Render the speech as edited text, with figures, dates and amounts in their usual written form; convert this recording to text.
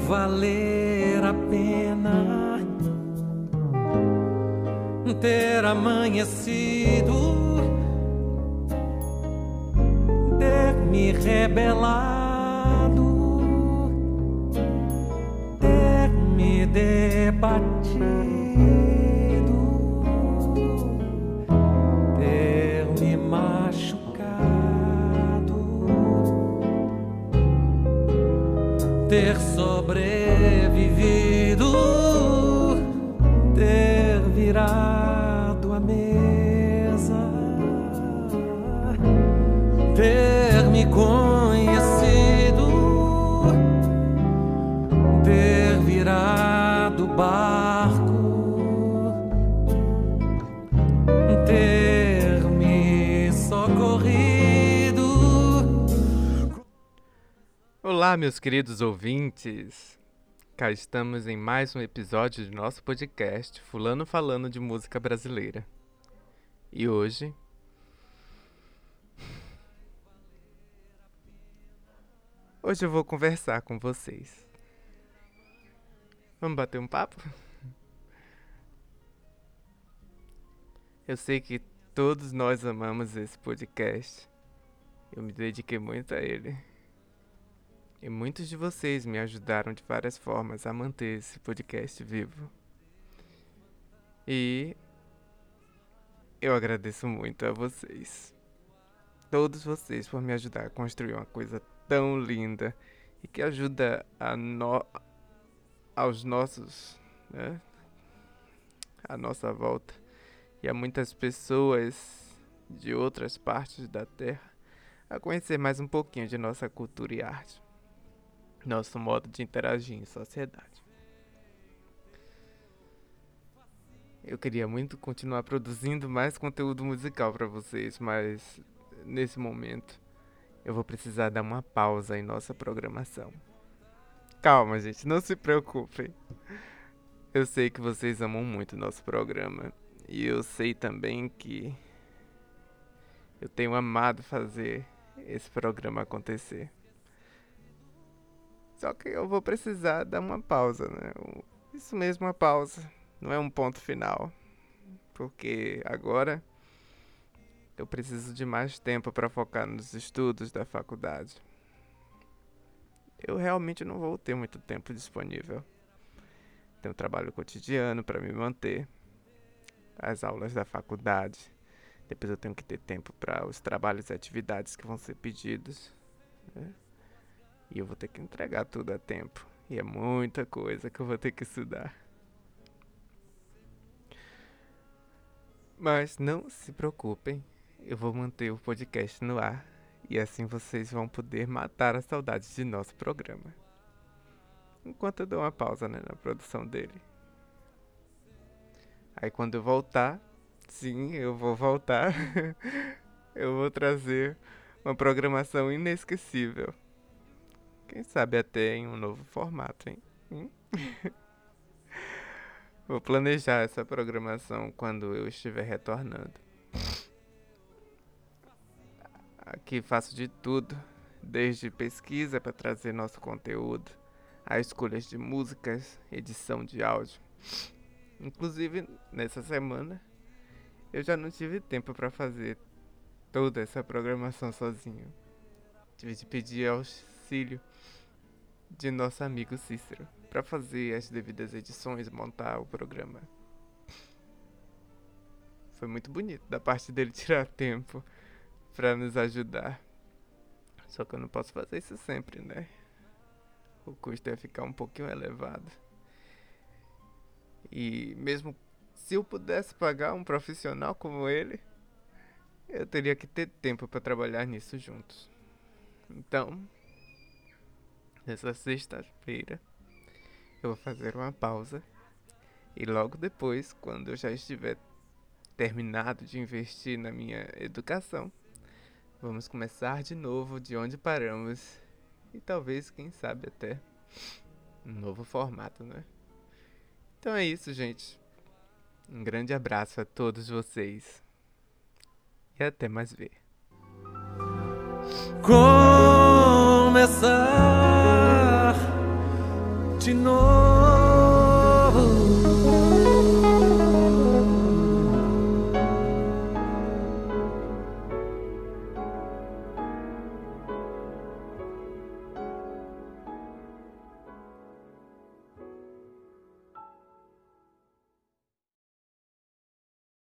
valer a pena ter amanhecido, ter me rebelado, ter me debatido, ter me machucado, ter sobrevivido, ter virado a mesa, ter me conhecido, ter virado o barco, ter me socorrido. Olá, meus queridos ouvintes! Cá estamos em mais um episódio de nosso podcast Fulano Falando de Música Brasileira. E hoje... eu vou conversar com vocês. Vamos bater um papo? Eu sei que todos nós amamos esse podcast. Eu me dediquei muito a ele. E muitos de vocês me ajudaram de várias formas a manter esse podcast vivo. E eu agradeço muito a vocês. Todos vocês por me ajudar a construir uma coisa tão linda e que ajuda aos nossos, né, à nossa volta e a muitas pessoas de outras partes da Terra a conhecer mais um pouquinho de nossa cultura e arte, nosso modo de interagir em sociedade. Eu queria muito continuar produzindo mais conteúdo musical para vocês, mas nesse momento eu vou precisar dar uma pausa em nossa programação. Calma, gente, não se preocupem. Eu sei que vocês amam muito nosso programa e eu sei também que eu tenho amado fazer esse programa acontecer. Só que eu vou precisar dar uma pausa, né? Isso mesmo, uma pausa. Não é um ponto final. Porque agora eu preciso de mais tempo para focar nos estudos da faculdade. Eu realmente não vou ter muito tempo disponível. Tenho trabalho cotidiano para me manter. As aulas da faculdade. Depois eu tenho que ter tempo para os trabalhos e atividades que vão ser pedidos, né? E eu vou ter que entregar tudo a tempo. E é muita coisa que eu vou ter que estudar. Mas não se preocupem. Eu vou manter o podcast no ar. E assim vocês vão poder matar a saudade de nosso programa. Enquanto eu dou uma pausa, né, na produção dele. Aí quando eu voltar... Sim, eu vou voltar. Eu vou trazer uma programação inesquecível. Quem sabe até em um novo formato, hein? Vou planejar essa programação quando eu estiver retornando. Aqui faço de tudo, desde pesquisa para trazer nosso conteúdo, a escolhas de músicas, edição de áudio. Inclusive, nessa semana, eu já não tive tempo para fazer toda essa programação sozinho. Tive de pedir auxílio de nosso amigo Cícero para fazer as devidas edições e montar o programa. Foi muito bonito da parte dele tirar tempo para nos ajudar. Só que eu não posso fazer isso sempre, né? O custo ia ficar um pouquinho elevado. E mesmo se eu pudesse pagar um profissional como ele, eu teria que ter tempo para trabalhar nisso juntos. Então, nessa sexta-feira, eu vou fazer uma pausa. E logo depois, quando eu já estiver terminado de investir na minha educação, vamos começar de novo de onde paramos. E talvez, quem sabe, até um novo formato, né? Então é isso, gente. Um grande abraço a todos vocês. E até mais ver. Começar de novo.